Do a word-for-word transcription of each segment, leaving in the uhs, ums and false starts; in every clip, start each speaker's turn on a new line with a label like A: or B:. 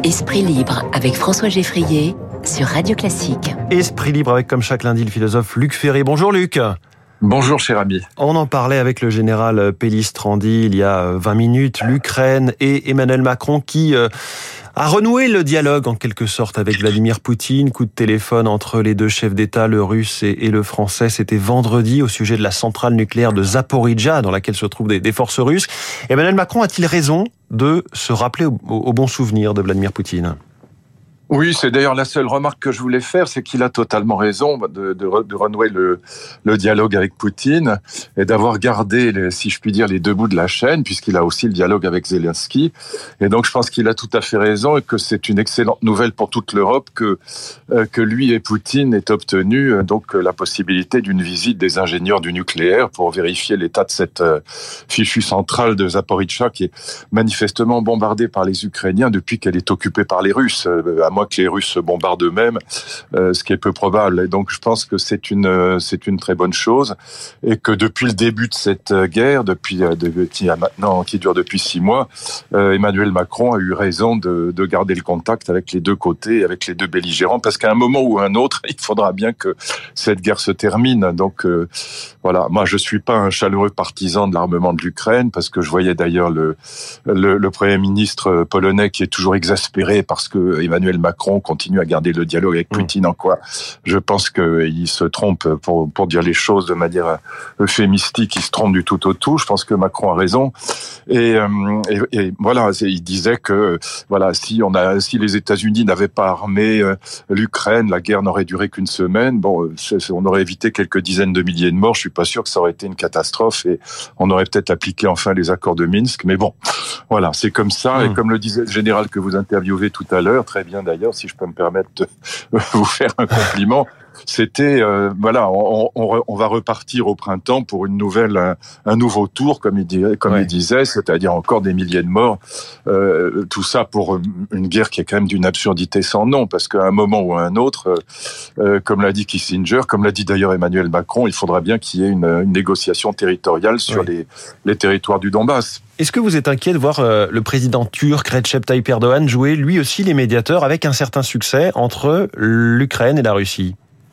A: Esprit libre avec François Geffrier sur Radio Classique.
B: Esprit libre avec, comme chaque lundi, le philosophe Luc Ferry. Bonjour Luc.
C: Bonjour cher ami.
B: On en parlait avec le général Pellistrandi il y a vingt minutes. L'Ukraine et Emmanuel Macron qui euh, a renoué le dialogue en quelque sorte avec Vladimir Poutine. Coup de téléphone entre les deux chefs d'État, le russe et, et le français. C'était vendredi au sujet de la centrale nucléaire de Zaporijjia dans laquelle se trouvent des, des forces russes. Emmanuel Macron a-t-il raison de se rappeler au, au bon souvenir de Vladimir Poutine ?
C: Oui, c'est d'ailleurs la seule remarque que je voulais faire, c'est qu'il a totalement raison de, de, de renouer le, le dialogue avec Poutine et d'avoir gardé, les, si je puis dire, les deux bouts de la chaîne, puisqu'il a aussi le dialogue avec Zelensky. Et donc, je pense qu'il a tout à fait raison et que c'est une excellente nouvelle pour toute l'Europe que euh, que lui et Poutine aient obtenu euh, donc la possibilité d'une visite des ingénieurs du nucléaire pour vérifier l'état de cette euh, fichue centrale de Zaporijjia qui est manifestement bombardée par les Ukrainiens depuis qu'elle est occupée par les Russes. Euh, à moins que les Russes se bombardent eux-mêmes, euh, ce qui est peu probable. Et donc, je pense que c'est une euh, c'est une très bonne chose, et que depuis le début de cette guerre, depuis euh, de, qui a maintenant qui dure depuis six mois, euh, Emmanuel Macron a eu raison de, de garder le contact avec les deux côtés, avec les deux belligérants, parce qu'à un moment ou un autre, il faudra bien que cette guerre se termine. Donc euh, voilà, moi je suis pas un chaleureux partisan de l'armement de l'Ukraine, parce que je voyais d'ailleurs le le, le Premier ministre polonais qui est toujours exaspéré parce que Emmanuel Macron continue à garder le dialogue avec Poutine, en quoi je pense qu'il se trompe, pour, pour dire les choses de manière euphémistique, il se trompe du tout au tout. Je pense que Macron a raison. Et, et, et voilà, il disait que voilà, si on a, si les États-Unis n'avaient pas armé l'Ukraine, la guerre n'aurait duré qu'une semaine. Bon, on aurait évité quelques dizaines de milliers de morts. Je suis pas sûr que ça aurait été une catastrophe, et on aurait peut-être appliqué enfin les accords de Minsk. Mais bon, voilà, c'est comme ça. Mmh. Et comme le disait le général que vous interviewez tout à l'heure, très bien d'ailleurs, si je peux me permettre de vous faire un compliment, c'était euh, voilà, on, on, on va repartir au printemps pour une nouvelle, un, un nouveau tour, comme il disait, comme ouais. il disait, c'est-à-dire encore des milliers de morts. Euh, tout ça pour une guerre qui est quand même d'une absurdité sans nom, parce qu'à un moment ou à un autre, euh, comme l'a dit Kissinger, comme l'a dit d'ailleurs Emmanuel Macron, il faudra bien qu'il y ait une, une négociation territoriale sur ouais. les, les territoires du Donbass.
B: Est-ce que vous êtes inquiet de voir euh, le président turc Recep Tayyip Erdogan jouer lui aussi les médiateurs avec un certain succès entre l'Ukraine et la Russie ?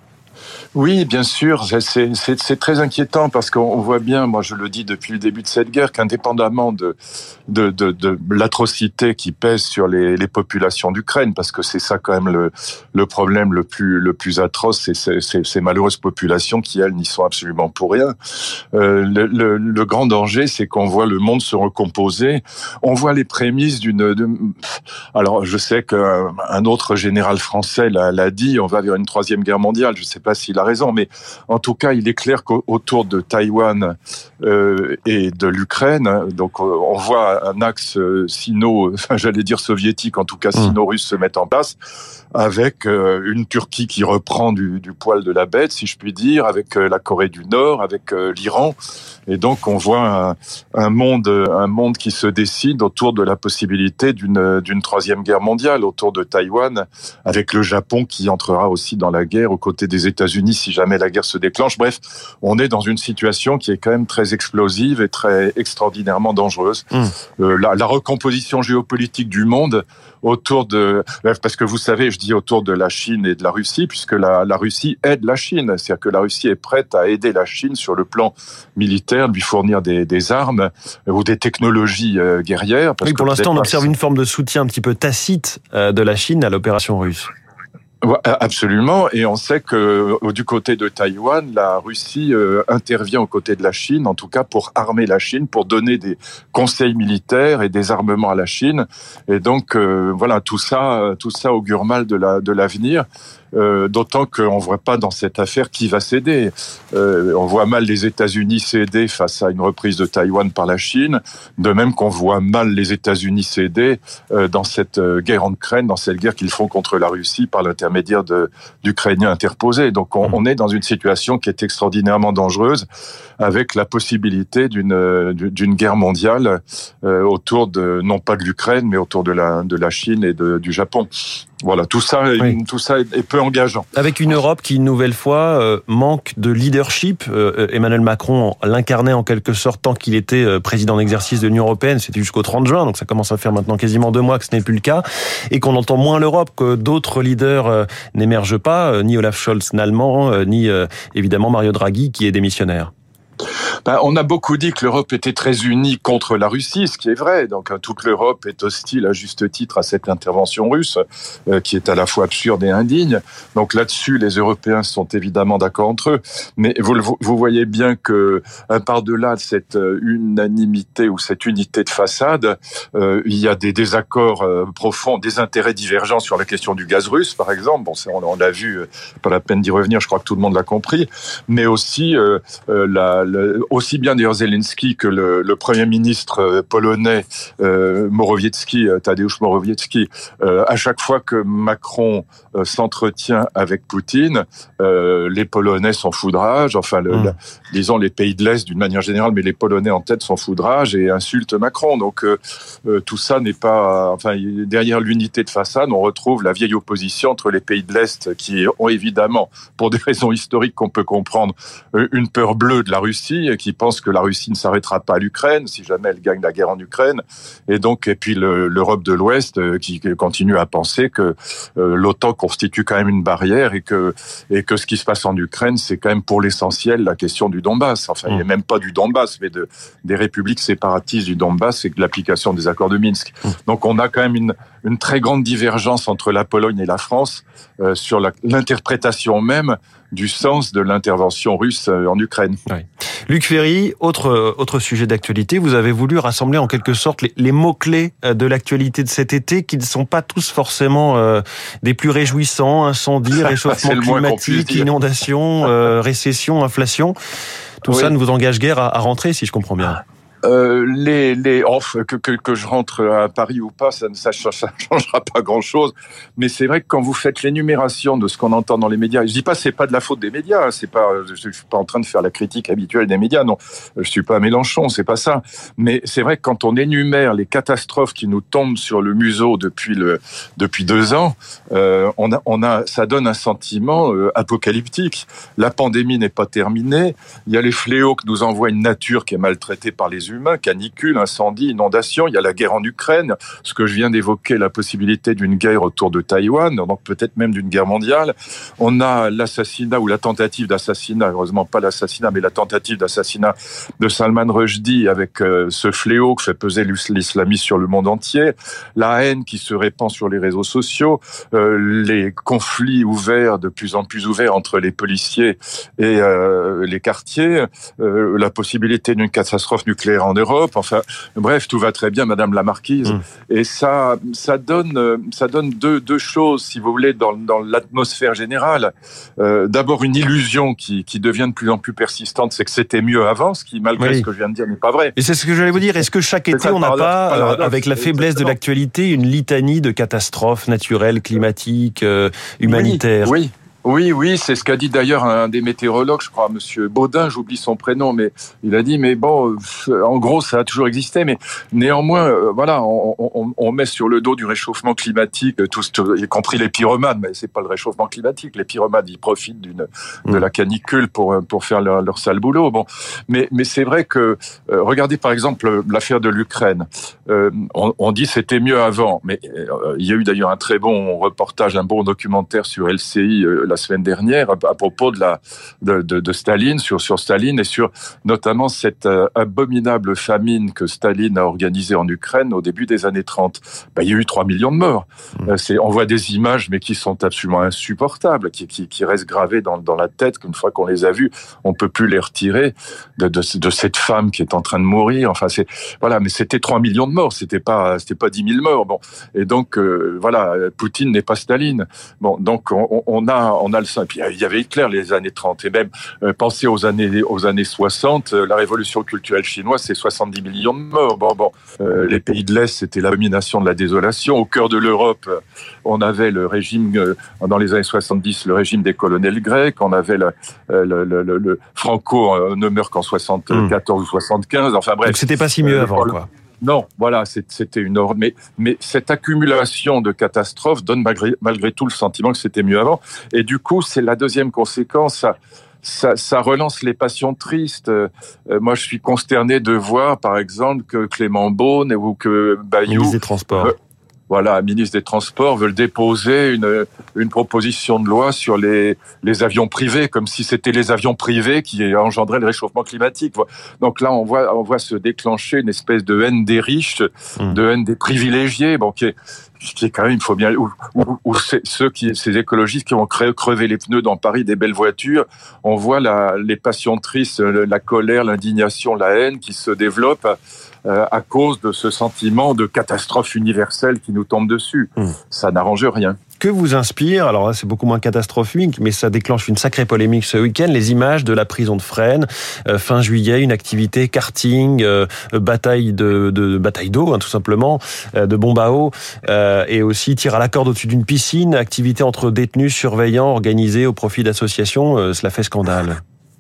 C: Oui, bien sûr, c'est, c'est, c'est très inquiétant, parce qu'on voit bien, moi je le dis depuis le début de cette guerre, qu'indépendamment de, de, de, de l'atrocité qui pèse sur les, les populations d'Ukraine, parce que c'est ça quand même le, le problème le plus, le plus atroce, c'est ces, ces, ces malheureuses populations qui, elles, n'y sont absolument pour rien. Euh, le, le, le grand danger, c'est qu'on voit le monde se recomposer, on voit les prémices d'une... De, alors je sais qu'un autre général français l'a, l'a dit, on va vers une troisième guerre mondiale, je ne sais pas s'il a raison, mais en tout cas, il est clair qu'autour de Taïwan euh, et de l'Ukraine, donc on voit un axe sino, enfin, j'allais dire soviétique, en tout cas sino-russe se mettre en place, avec euh, une Turquie qui reprend du, du poil de la bête, si je puis dire, avec euh, la Corée du Nord, avec euh, l'Iran. Et donc, on voit un, un monde, un monde qui se décide autour de la possibilité d'une, d'une troisième guerre mondiale, autour de Taïwan, avec le Japon qui entrera aussi dans la guerre aux côtés des États-Unis si jamais la guerre se déclenche. Bref, on est dans une situation qui est quand même très explosive et très extraordinairement dangereuse. Mmh. Euh, la, la recomposition géopolitique du monde autour de, parce que vous savez, je dis autour de la Chine et de la Russie, puisque la, la Russie aide la Chine, c'est-à-dire que la Russie est prête à aider la Chine sur le plan militaire, lui fournir des, des armes ou des technologies euh, guerrières. Parce
B: oui, pour
C: que
B: l'instant, on observe une forme de soutien un petit peu tacite euh, de la Chine à l'opération russe.
C: Absolument, et on sait que du côté de Taïwan, la Russie euh, intervient aux côtés de la Chine, en tout cas pour armer la Chine, pour donner des conseils militaires et des armements à la Chine. Et donc euh, voilà, tout ça, tout ça augure mal de la de l'avenir. Euh, d'autant qu'on ne voit pas dans cette affaire qui va céder. Euh, on voit mal les États-Unis céder face à une reprise de Taïwan par la Chine, de même qu'on voit mal les États-Unis céder euh, dans cette guerre en Ukraine, dans cette guerre qu'ils font contre la Russie par l'intermédiaire de, d'Ukrainiens interposés. Donc on, on est dans une situation qui est extraordinairement dangereuse, avec la possibilité d'une, d'une guerre mondiale euh, autour de, non pas de l'Ukraine, mais autour de la, de la Chine et de, du Japon. Voilà, tout ça, oui. tout ça est peu engageant.
B: Avec une Europe qui, une nouvelle fois, euh, manque de leadership. Euh, Emmanuel Macron l'incarnait en quelque sorte tant qu'il était euh, président d'exercice de l'Union européenne. C'était jusqu'au trente juin, donc ça commence à faire maintenant quasiment deux mois que ce n'est plus le cas. Et qu'on entend moins l'Europe, que d'autres leaders euh, n'émergent pas, euh, ni Olaf Scholz, l'allemand, euh, ni euh, évidemment Mario Draghi, qui est démissionnaire.
C: Ben, on a beaucoup dit que l'Europe était très unie contre la Russie, ce qui est vrai. Donc toute l'Europe est hostile à juste titre à cette intervention russe, euh, qui est à la fois absurde et indigne. Donc là-dessus, les Européens sont évidemment d'accord entre eux. Mais vous, vous voyez bien que par-delà cette unanimité ou cette unité de façade, euh, il y a des désaccords euh, profonds, des intérêts divergents sur la question du gaz russe, par exemple. Bon, c'est, on, on l'a vu, pas la peine d'y revenir, je crois que tout le monde l'a compris. Mais aussi euh, euh, la Le, aussi bien d'ailleurs Zelensky que le, le Premier ministre polonais euh, Morawiecki, Tadeusz Morawiecki, euh, à chaque fois que Macron euh, s'entretient avec Poutine, euh, les Polonais sont foudrage, enfin, le, mmh. la, disons les pays de l'Est d'une manière générale, mais les Polonais en tête sont foudrage et insultent Macron. Donc euh, euh, tout ça n'est pas, enfin, derrière l'unité de façade, on retrouve la vieille opposition entre les pays de l'Est qui ont évidemment, pour des raisons historiques qu'on peut comprendre, une peur bleue de la Russie, qui pense que la Russie ne s'arrêtera pas à l'Ukraine si jamais elle gagne la guerre en Ukraine, et donc et puis le, l'Europe de l'Ouest qui continue à penser que euh, l'OTAN constitue quand même une barrière et que et que ce qui se passe en Ukraine, c'est quand même pour l'essentiel la question du Donbass. Enfin, il n'est même pas du Donbass, mais de des républiques séparatistes du Donbass et de l'application des accords de Minsk. Donc on a quand même une une très grande divergence entre la Pologne et la France euh, sur la, l'interprétation même du sens de l'intervention russe en Ukraine.
B: Oui. Luc Ferry, autre autre sujet d'actualité, vous avez voulu rassembler en quelque sorte les, les mots-clés de l'actualité de cet été, qui ne sont pas tous forcément euh, des plus réjouissants: incendie, réchauffement climatique, inondation, euh, récession, inflation. Tout oui. ça ne vous engage guère à, à rentrer, si je comprends bien.
C: Euh, les, les, oh, que, que, que je rentre à Paris ou pas, ça ne ça, ça changera pas grand-chose. Mais c'est vrai que quand vous faites l'énumération de ce qu'on entend dans les médias, je dis pas c'est pas de la faute des médias, c'est pas, je suis pas en train de faire la critique habituelle des médias, non, je suis pas Mélenchon, c'est pas ça. Mais c'est vrai que quand on énumère les catastrophes qui nous tombent sur le museau depuis le depuis deux ans, euh, on a, on a, ça donne un sentiment euh, apocalyptique. La pandémie n'est pas terminée. Il y a les fléaux que nous envoie une nature qui est maltraitée par les humains. Humains, canicule, incendie, inondation, il y a la guerre en Ukraine, ce que je viens d'évoquer, la possibilité d'une guerre autour de Taïwan, donc peut-être même d'une guerre mondiale. On a l'assassinat ou la tentative d'assassinat, heureusement pas l'assassinat, mais la tentative d'assassinat de Salman Rushdie avec euh, ce fléau que fait peser l'islamisme sur le monde entier, la haine qui se répand sur les réseaux sociaux, euh, les conflits ouverts, de plus en plus ouverts entre les policiers et euh, les quartiers, euh, la possibilité d'une catastrophe nucléaire en Europe, enfin, bref, tout va très bien, Madame la Marquise. Mmh. Et ça, ça donne, ça donne deux, deux choses, si vous voulez, dans, dans l'atmosphère générale. Euh, d'abord, une illusion qui, qui devient de plus en plus persistante, c'est que c'était mieux avant, ce qui, malgré oui. ce que je viens de dire, n'est pas vrai.
B: Et c'est ce que j'allais vous dire. Est-ce que chaque été, on n'a pas, euh, avec la faiblesse Exactement. de l'actualité, une litanie de catastrophes naturelles, climatiques, euh, humanitaires?
C: Oui. oui. Oui, oui, c'est ce qu'a dit d'ailleurs un des météorologues, je crois, Monsieur Baudin, j'oublie son prénom, mais il a dit, mais bon, en gros, ça a toujours existé, mais néanmoins, euh, voilà, on, on, on met sur le dos du réchauffement climatique, tous, y compris les pyromanes, mais c'est pas le réchauffement climatique, les pyromanes, ils profitent d'une, de la canicule pour pour faire leur, leur sale boulot. Bon, mais mais c'est vrai que euh, regardez par exemple l'affaire de l'Ukraine. Euh, on, on dit c'était mieux avant, mais euh, il y a eu d'ailleurs un très bon reportage, un bon documentaire sur L C I. Euh, la semaine dernière à propos de la de, de, de Staline sur sur Staline et sur notamment cette euh, abominable famine que Staline a organisée en Ukraine au début des années trente. Ben, il y a eu trois millions de morts. Mmh. Euh, c'est on voit des images mais qui sont absolument insupportables, qui qui, qui restent gravées dans dans la tête qu'une fois qu'on les a vues, on peut plus les retirer de de, de cette femme qui est en train de mourir. Enfin c'est voilà, mais c'était trois millions de morts, c'était pas c'était pas dix mille morts. Bon, et donc euh, voilà, Poutine n'est pas Staline. Bon, donc on, on a on a le sein. Puis il y avait Hitler les années trente et même euh, pensez aux années aux années soixante, euh, la révolution culturelle chinoise, c'est soixante-dix millions de morts. Bon bon, euh, les pays de l'Est, c'était l'abomination de la désolation. Au cœur de l'Europe, euh, on avait le régime euh, dans les années soixante-dix, le régime des colonels grecs. On avait le, euh, le, le, le, le Franco euh, ne meurt qu'en soixante-quatorze mmh. ou soixante-quinze. Enfin bref.
B: Donc c'était pas si mieux euh, avant, quoi.
C: Non, voilà, c'était une horreur. Mais, mais cette accumulation de catastrophes donne malgré, malgré tout le sentiment que c'était mieux avant. Et du coup, c'est la deuxième conséquence. Ça, ça, ça relance les passions tristes. Euh, moi, je suis consterné de voir, par exemple, que Clément Beaune ou que Bayou...
B: Ministre des Transports. Euh,
C: Voilà, un ministre des Transports veut déposer une, une proposition de loi sur les, les avions privés, comme si c'était les avions privés qui engendraient le réchauffement climatique. Donc là, on voit, on voit se déclencher une espèce de haine des riches, mmh. de haine des privilégiés, bon, qui est, qui est quand même, il faut bien, où, où, où ceux qui, ces écologistes qui ont crevé les pneus dans Paris des belles voitures, on voit la, les passions tristes, la colère, l'indignation, la haine qui se développent euh, à cause de ce sentiment de catastrophe universelle qui nous tombe dessus. Mmh. Ça n'arrange rien.
B: Que vous inspire, alors là c'est beaucoup moins catastrophique, mais ça déclenche une sacrée polémique ce week-end, les images de la prison de Fresnes, euh, fin juillet, une activité karting, euh, bataille de, de bataille d'eau, hein, tout simplement, euh, de bombe à eau, euh, et aussi tir à la corde au-dessus d'une piscine, activité entre détenus, surveillants, organisée au profit d'associations, euh, cela fait scandale.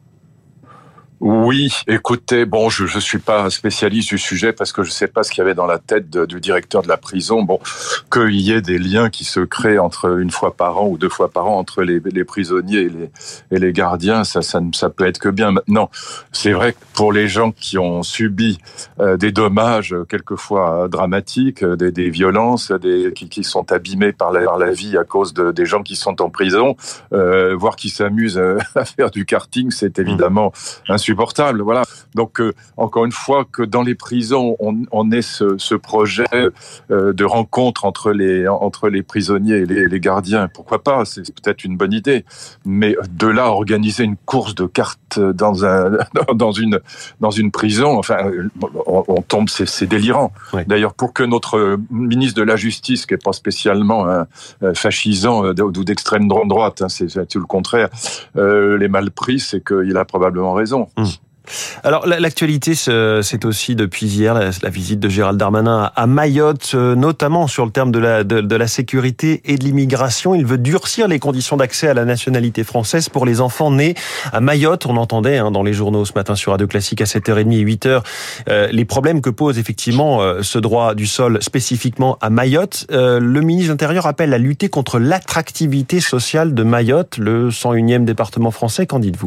C: Oui, écoutez, bon, je je suis pas spécialiste du sujet parce que je sais pas ce qu'il y avait dans la tête de, du directeur de la prison. Bon, qu'il y ait des liens qui se créent entre une fois par an ou deux fois par an entre les, les prisonniers et les, et les gardiens, ça, ça, ça peut être que bien. Maintenant, c'est vrai que pour les gens qui ont subi euh, des dommages quelquefois dramatiques, des, des violences, des, qui, qui sont abîmés par la, par la vie à cause de, des gens qui sont en prison, euh, voir qu'ils s'amusent à faire du karting, c'est évidemment insupportable. Insupportable, voilà. Donc, euh, encore une fois, que dans les prisons, on, on ait ce, ce projet euh, de rencontre entre les, entre les prisonniers et les, les gardiens, pourquoi pas, c'est peut-être une bonne idée. Mais de là à organiser une course de cartes dans, un, dans, une, dans une prison, enfin, on, on tombe, c'est, c'est délirant. Oui. D'ailleurs, pour que notre ministre de la Justice, qui n'est pas spécialement hein, fascisant ou d'extrême droite, hein, c'est, c'est tout le contraire, euh, l'ait mal pris, c'est qu'il a probablement raison. Mmh.
B: Alors l'actualité, c'est aussi depuis hier la, la visite de Gérald Darmanin à Mayotte, notamment sur le terme de la, de, de la sécurité et de l'immigration. Il veut durcir les conditions d'accès à la nationalité française pour les enfants nés à Mayotte. On entendait hein, dans les journaux ce matin sur Radio Classique à sept heures trente et huit heures euh, les problèmes que pose effectivement euh, ce droit du sol spécifiquement à Mayotte. Euh, le ministre de l'Intérieur appelle à lutter contre l'attractivité sociale de Mayotte, le cent unième département français. Qu'en dites-vous ?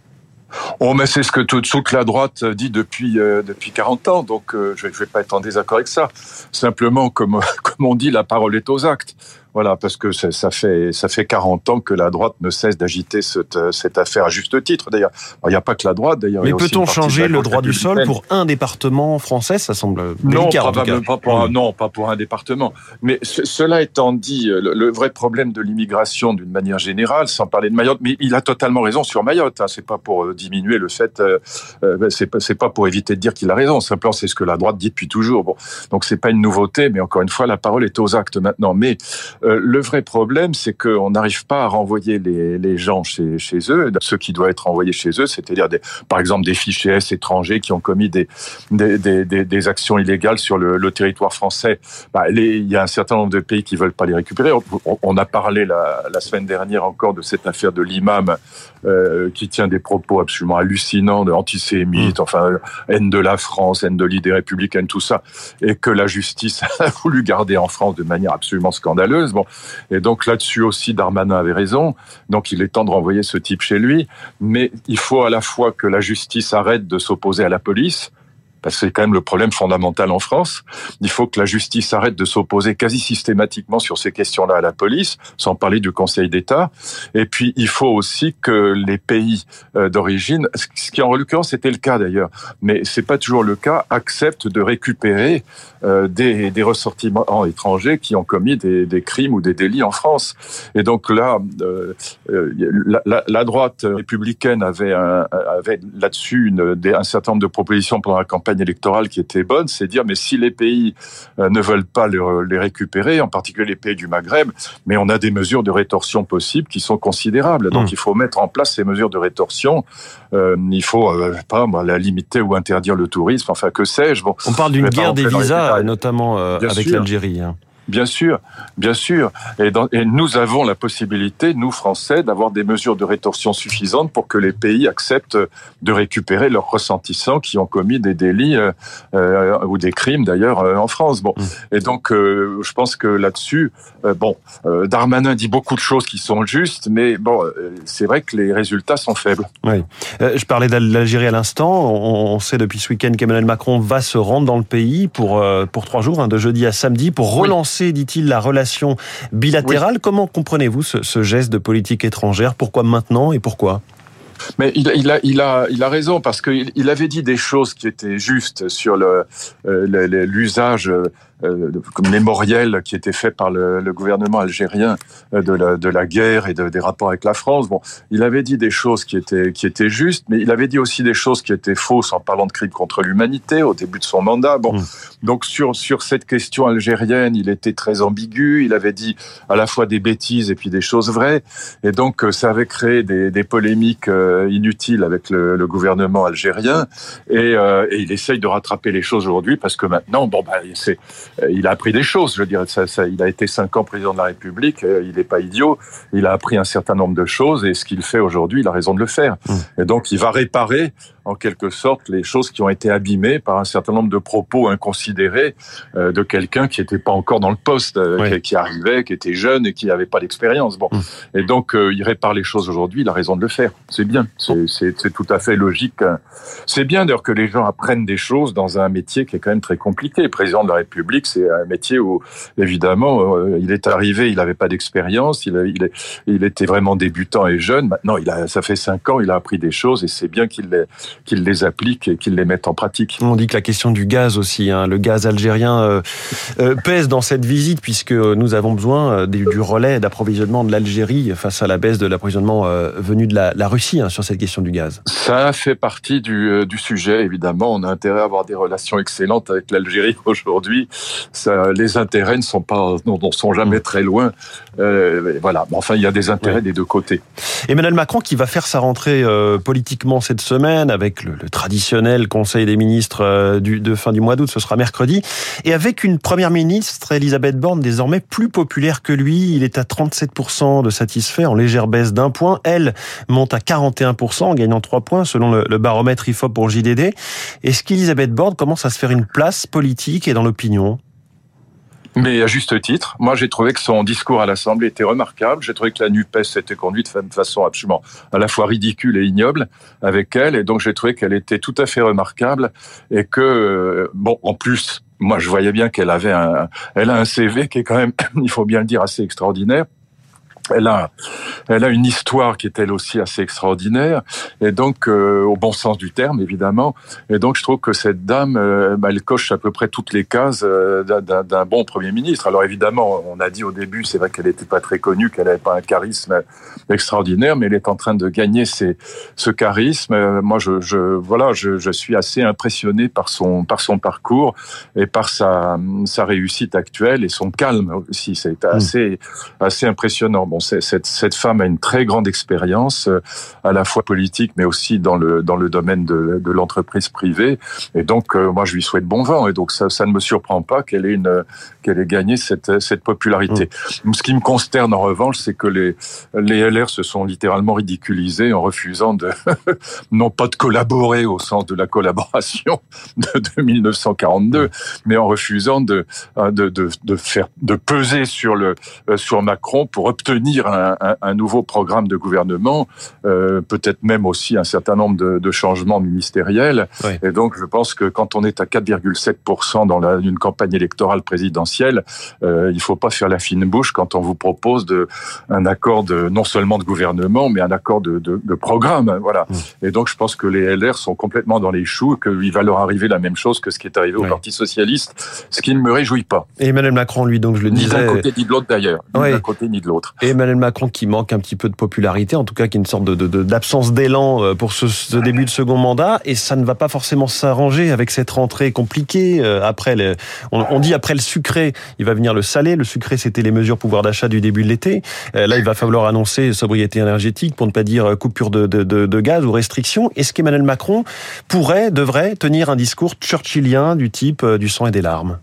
C: Oh, mais c'est ce que toute, toute la droite dit depuis euh, depuis quarante ans, donc euh, je ne vais pas être en désaccord avec ça. Simplement, comme comme on dit, la parole est aux actes. Voilà, parce que ça, ça fait ça fait quarante ans que la droite ne cesse d'agiter cette cette affaire à juste titre. D'ailleurs, il n'y a pas que la droite. D'ailleurs,
B: mais peut-on changer le droit du sol pour un département français ? Ça semble délicat.
C: Non,
B: en tout cas.
C: Pas pour un, non, pas pour un département. Mais ce, cela étant dit, le, le vrai problème de l'immigration, d'une manière générale, sans parler de Mayotte, mais il a totalement raison sur Mayotte. Hein, c'est pas pour diminuer le fait, euh, c'est pas c'est pas pour éviter de dire qu'il a raison. Simplement, c'est ce que la droite dit depuis toujours. Bon, donc c'est pas une nouveauté, mais encore une fois, la parole est aux actes maintenant. Mais Euh, le vrai problème, c'est qu'on n'arrive pas à renvoyer les, les gens chez, chez eux, ceux qui doivent être renvoyés chez eux, c'est-à-dire des, par exemple des fichiers S étrangers qui ont commis des, des, des, des, des actions illégales sur le, le territoire français. Bah, les, il y a un certain nombre de pays qui veulent pas les récupérer. On, on a parlé la, la semaine dernière encore de cette affaire de l'imam euh, qui tient des propos absolument hallucinants, de antisémites, mmh. enfin haine de la France, haine de l'idée républicaine, tout ça, et que la justice a voulu garder en France de manière absolument scandaleuse. Bon, et donc là-dessus aussi, Darmanin avait raison. Donc il est temps de renvoyer ce type chez lui. Mais il faut à la fois que la justice arrête de s'opposer à la police, parce que c'est quand même le problème fondamental en France. Il faut que la justice arrête de s'opposer quasi systématiquement sur ces questions-là à la police, sans parler du Conseil d'État. Et puis, il faut aussi que les pays d'origine, ce qui en l'occurrence était le cas d'ailleurs, mais c'est pas toujours le cas, acceptent de récupérer euh, des, des ressortissants étrangers qui ont commis des, des crimes ou des délits en France. Et donc là, euh, la, la, la droite républicaine avait, un, avait là-dessus une, des, un certain nombre de propositions pendant la campagne électorale qui était bonne, c'est dire mais si les pays euh, ne veulent pas les, les récupérer, en particulier les pays du Maghreb, mais on a des mesures de rétorsion possibles qui sont considérables. Donc mmh. il faut mettre en place ces mesures de rétorsion. Euh, il faut euh, pas moi, la limiter ou interdire le tourisme. Enfin que sais-je. Bon,
B: on parle d'une guerre des visas, notamment euh, avec
C: sûr.
B: l'Algérie. Hein.
C: Bien sûr, bien sûr. Et, dans, et nous avons la possibilité, nous Français, d'avoir des mesures de rétorsion suffisantes pour que les pays acceptent de récupérer leurs ressentissants qui ont commis des délits euh, euh, ou des crimes d'ailleurs euh, en France. Bon, mmh. Et donc euh, je pense que là-dessus, euh, bon, euh, Darmanin dit beaucoup de choses qui sont justes, mais bon, euh, c'est vrai que les résultats sont faibles.
B: Oui. Euh, je parlais d'Algérie à l'instant. On, on sait depuis ce week-end qu'Emmanuel Macron va se rendre dans le pays pour euh, pour trois jours, hein, de jeudi à samedi, pour relancer. Oui. Dit-il, la relation bilatérale. Oui. Comment comprenez-vous ce, ce geste de politique étrangère ? Pourquoi maintenant et pourquoi ?
C: Mais il, il, a, il, a, il a raison, parce qu'il il avait dit des choses qui étaient justes sur le, euh, le, l'usage euh, mémoriel qui était fait par le, le gouvernement algérien de la, de la guerre et de, des rapports avec la France. Bon, il avait dit des choses qui étaient, qui étaient justes, mais il avait dit aussi des choses qui étaient fausses en parlant de crimes contre l'humanité au début de son mandat. Bon, mmh. Donc sur, sur cette question algérienne, il était très ambigu. Il avait dit à la fois des bêtises et puis des choses vraies. Et donc, ça avait créé des, des polémiques inutiles avec le, le gouvernement algérien. Et, euh, et il essaye de rattraper les choses aujourd'hui parce que maintenant, bon, bah, c'est il a appris des choses, je veux dire, ça, ça, il a été cinq ans président de la République, il n'est pas idiot, il a appris un certain nombre de choses et ce qu'il fait aujourd'hui, il a raison de le faire. Mmh. Et donc, il va réparer, en quelque sorte, les choses qui ont été abîmées par un certain nombre de propos inconsidérés euh, de quelqu'un qui n'était pas encore dans le poste, euh, oui. qui, qui arrivait, qui était jeune et qui n'avait pas d'expérience. Bon. Mmh. Et donc, euh, il répare les choses aujourd'hui, il a raison de le faire. C'est bien, c'est, c'est, c'est tout à fait logique. C'est bien d'ailleurs que les gens apprennent des choses dans un métier qui est quand même très compliqué. Président de la République, c'est un métier où, évidemment, euh, il est arrivé, il n'avait pas d'expérience, il, a, il, est, il était vraiment débutant et jeune. Maintenant, il a, ça fait cinq ans, il a appris des choses et c'est bien qu'il les, qu'il les applique et qu'il les mette en pratique.
B: On dit que la question du gaz aussi, hein, le gaz algérien euh, euh, pèse dans cette visite puisque nous avons besoin du, du relais d'approvisionnement de l'Algérie face à la baisse de l'approvisionnement euh, venu de la, la Russie, hein, sur cette question du gaz.
C: Ça fait partie du, euh, du sujet, évidemment. On a intérêt à avoir des relations excellentes avec l'Algérie aujourd'hui. Ça, les intérêts ne sont pas, ne sont jamais très loin. Euh, voilà. Enfin, il y a des intérêts ouais. des deux côtés.
B: Emmanuel Macron qui va faire sa rentrée euh, politiquement cette semaine avec le, le traditionnel Conseil des ministres euh, du, de fin du mois d'août, ce sera mercredi, et avec une première ministre, Elisabeth Borne, désormais plus populaire que lui. Il est à trente-sept pour cent de satisfaits, en légère baisse d'un point. Elle monte à quarante et un pour cent, en gagnant trois points selon le, le baromètre I F O P pour J D D. Est-ce qu'Elisabeth Borne commence à se faire une place politique et dans l'opinion ?
C: Mais à juste titre, moi j'ai trouvé que son discours à l'Assemblée était remarquable. J'ai trouvé que la NUPES s'était conduite de façon absolument à la fois ridicule et ignoble avec elle, et donc j'ai trouvé qu'elle était tout à fait remarquable et que, bon, en plus, moi je voyais bien qu'elle avait un, elle a un C V qui est quand même, il faut bien le dire, assez extraordinaire. Elle a, elle a une histoire qui est elle aussi assez extraordinaire, et donc euh, au bon sens du terme évidemment. Et donc je trouve que cette dame, euh, bah, elle coche à peu près toutes les cases euh, d'un, d'un bon Premier ministre. Alors évidemment, on a dit au début, c'est vrai qu'elle n'était pas très connue, qu'elle n'avait pas un charisme extraordinaire, mais elle est en train de gagner ses, ce charisme. Euh, moi, je, je voilà, je, je suis assez impressionné par son, par son parcours et par sa, sa réussite actuelle et son calme aussi. C'est assez, mmh. assez impressionnant. Bon, cette, cette femme a une très grande expérience, euh, à la fois politique, mais aussi dans le dans le domaine de, de l'entreprise privée. Et donc, euh, moi, je lui souhaite bon vent. Et donc, ça, ça ne me surprend pas qu'elle ait une qu'elle ait gagné cette cette popularité. Mmh. Ce qui me consterne en revanche, c'est que les les L R se sont littéralement ridiculisés en refusant de non pas de collaborer au sens de la collaboration de, de mille neuf cent quarante-deux, mmh. mais en refusant de de de de faire de peser sur le sur Macron pour obtenir Un, un, un nouveau programme de gouvernement, euh, peut-être même aussi un certain nombre de, de changements ministériels. Oui. Et donc, je pense que quand on est à quatre virgule sept pour cent dans la, une campagne électorale présidentielle, euh, il ne faut pas faire la fine bouche quand on vous propose de, un accord de, non seulement de gouvernement, mais un accord de, de, de programme. Voilà. Oui. Et donc, je pense que les L R sont complètement dans les choux, qu'il va leur arriver la même chose que ce qui est arrivé oui. au Parti socialiste, ce qui ne me réjouit pas.
B: Et Emmanuel Macron, lui, donc je le
C: ni
B: disais...
C: Ni d'un côté ni de l'autre, d'ailleurs. Ni
B: oui.
C: d'un côté ni de l'autre.
B: Et Emmanuel Macron qui manque un petit peu de popularité, en tout cas qui a une sorte de, de, de, d'absence d'élan pour ce, ce début de second mandat, et ça ne va pas forcément s'arranger avec cette rentrée compliquée. Après, les, on, on dit après le sucré, il va venir le salé. Le sucré, c'était les mesures pouvoir d'achat du début de l'été. Là, il va falloir annoncer sobriété énergétique, pour ne pas dire coupure de, de, de, de gaz ou restrictions. Est-ce qu'Emmanuel Macron pourrait, devrait tenir un discours churchillien du type du sang et des larmes ?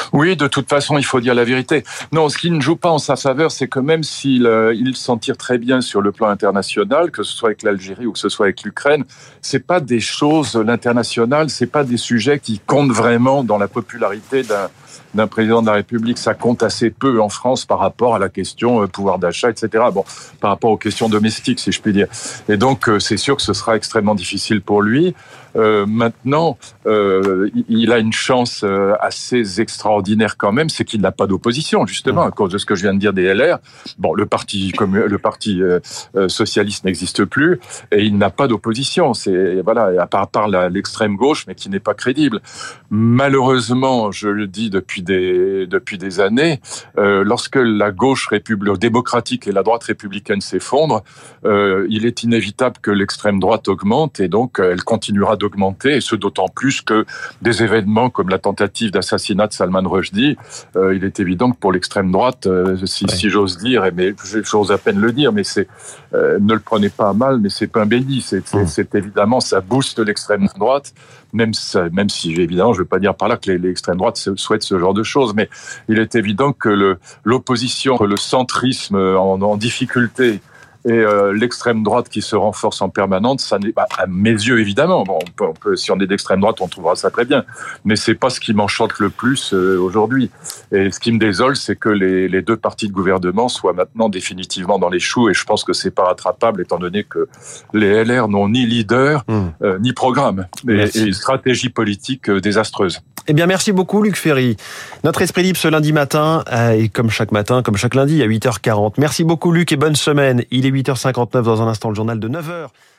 C: Oui, de toute façon, il faut dire la vérité. Non, ce qui ne joue pas en sa faveur, c'est que même s'il euh, il s'en tire très bien sur le plan international, que ce soit avec l'Algérie ou que ce soit avec l'Ukraine, c'est pas des choses, l'international, c'est pas des sujets qui comptent vraiment dans la popularité d'un d'un président de la République. Ça compte assez peu en France par rapport à la question euh, pouvoir d'achat, et cetera. Bon, par rapport aux questions domestiques, si je puis dire. Et donc, euh, c'est sûr que ce sera extrêmement difficile pour lui. Euh, maintenant, euh, il a une chance euh, assez extraordinaire quand même, c'est qu'il n'a pas d'opposition, justement, à cause de ce que je viens de dire des L R. Bon, le parti, comme le parti euh, socialiste n'existe plus, et il n'a pas d'opposition. C'est voilà, à part, à part la, l'extrême gauche, mais qui n'est pas crédible. Malheureusement, je le dis depuis des depuis des années, euh, lorsque la gauche république démocratique et la droite républicaine s'effondrent, euh, il est inévitable que l'extrême droite augmente, et donc elle continuera d'augmenter, et ce d'autant plus que des événements comme la tentative d'assassinat de Salman Rushdie, euh, il est évident que pour l'extrême droite, euh, si, ouais. si j'ose dire, et mais j'ose à peine le dire, mais c'est euh, ne le prenez pas à mal, mais c'est pain béni, c'est, c'est, mmh. c'est évidemment ça booste l'extrême droite, même ça, même si évidemment je veux pas dire par là que les, l'extrême droite souhaite ce genre de choses, mais il est évident que le, l'opposition, le centrisme en, en difficulté et euh, l'extrême droite qui se renforce en permanence, ça n'est pas, à mes yeux évidemment. Bon, on peut, on peut, si on est d'extrême droite, on trouvera ça très bien, mais c'est pas ce qui m'enchante le plus euh, aujourd'hui. Et ce qui me désole, c'est que les, les deux partis de gouvernement soient maintenant définitivement dans les choux, et je pense que c'est pas rattrapable, étant donné que les L R n'ont ni leader mmh. euh, ni programme, et, et une stratégie politique euh, désastreuse.
B: Eh bien, merci beaucoup, Luc Ferry. Notre Esprit Libre ce lundi matin, et comme chaque matin, comme chaque lundi, à huit heures quarante. Merci beaucoup, Luc, et bonne semaine. Il est huit heures cinquante-neuf, dans un instant, le journal de neuf heures.